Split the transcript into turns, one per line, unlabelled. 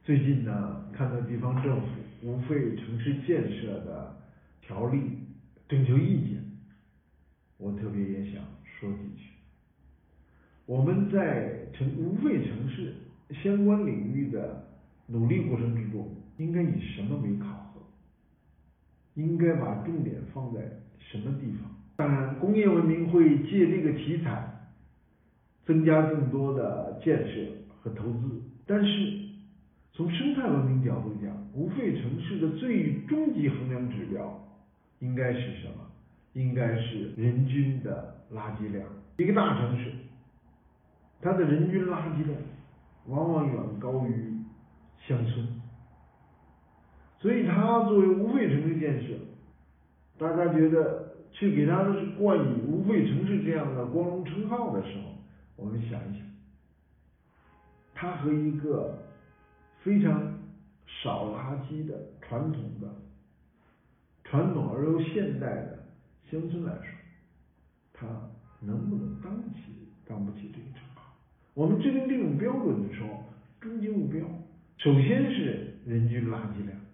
最近呢，看到地方政府无废城市建设的条例征求意见，我特别也想说几句。我们在无废城市相关领域的努力过程之中，应该以什么为考核？应该把重点放在什么地方？当然，工业文明会借这个题材增加更多的建设和投资，但是从生态文明角度讲，无废城市的最终极衡量指标应该是什么？应该是人均的垃圾量。一个大城市，它的人均垃圾量往往远高于乡村，所以它作为无废城市建设，大家觉得去给它冠以无废城市这样的光荣称号的时候，我们想一想，它和一个非常少垃圾的传统而又现代的乡村来说，它能不能当不起这个称号？我们制定这种标准的时候，终极目标首先是人均垃圾量。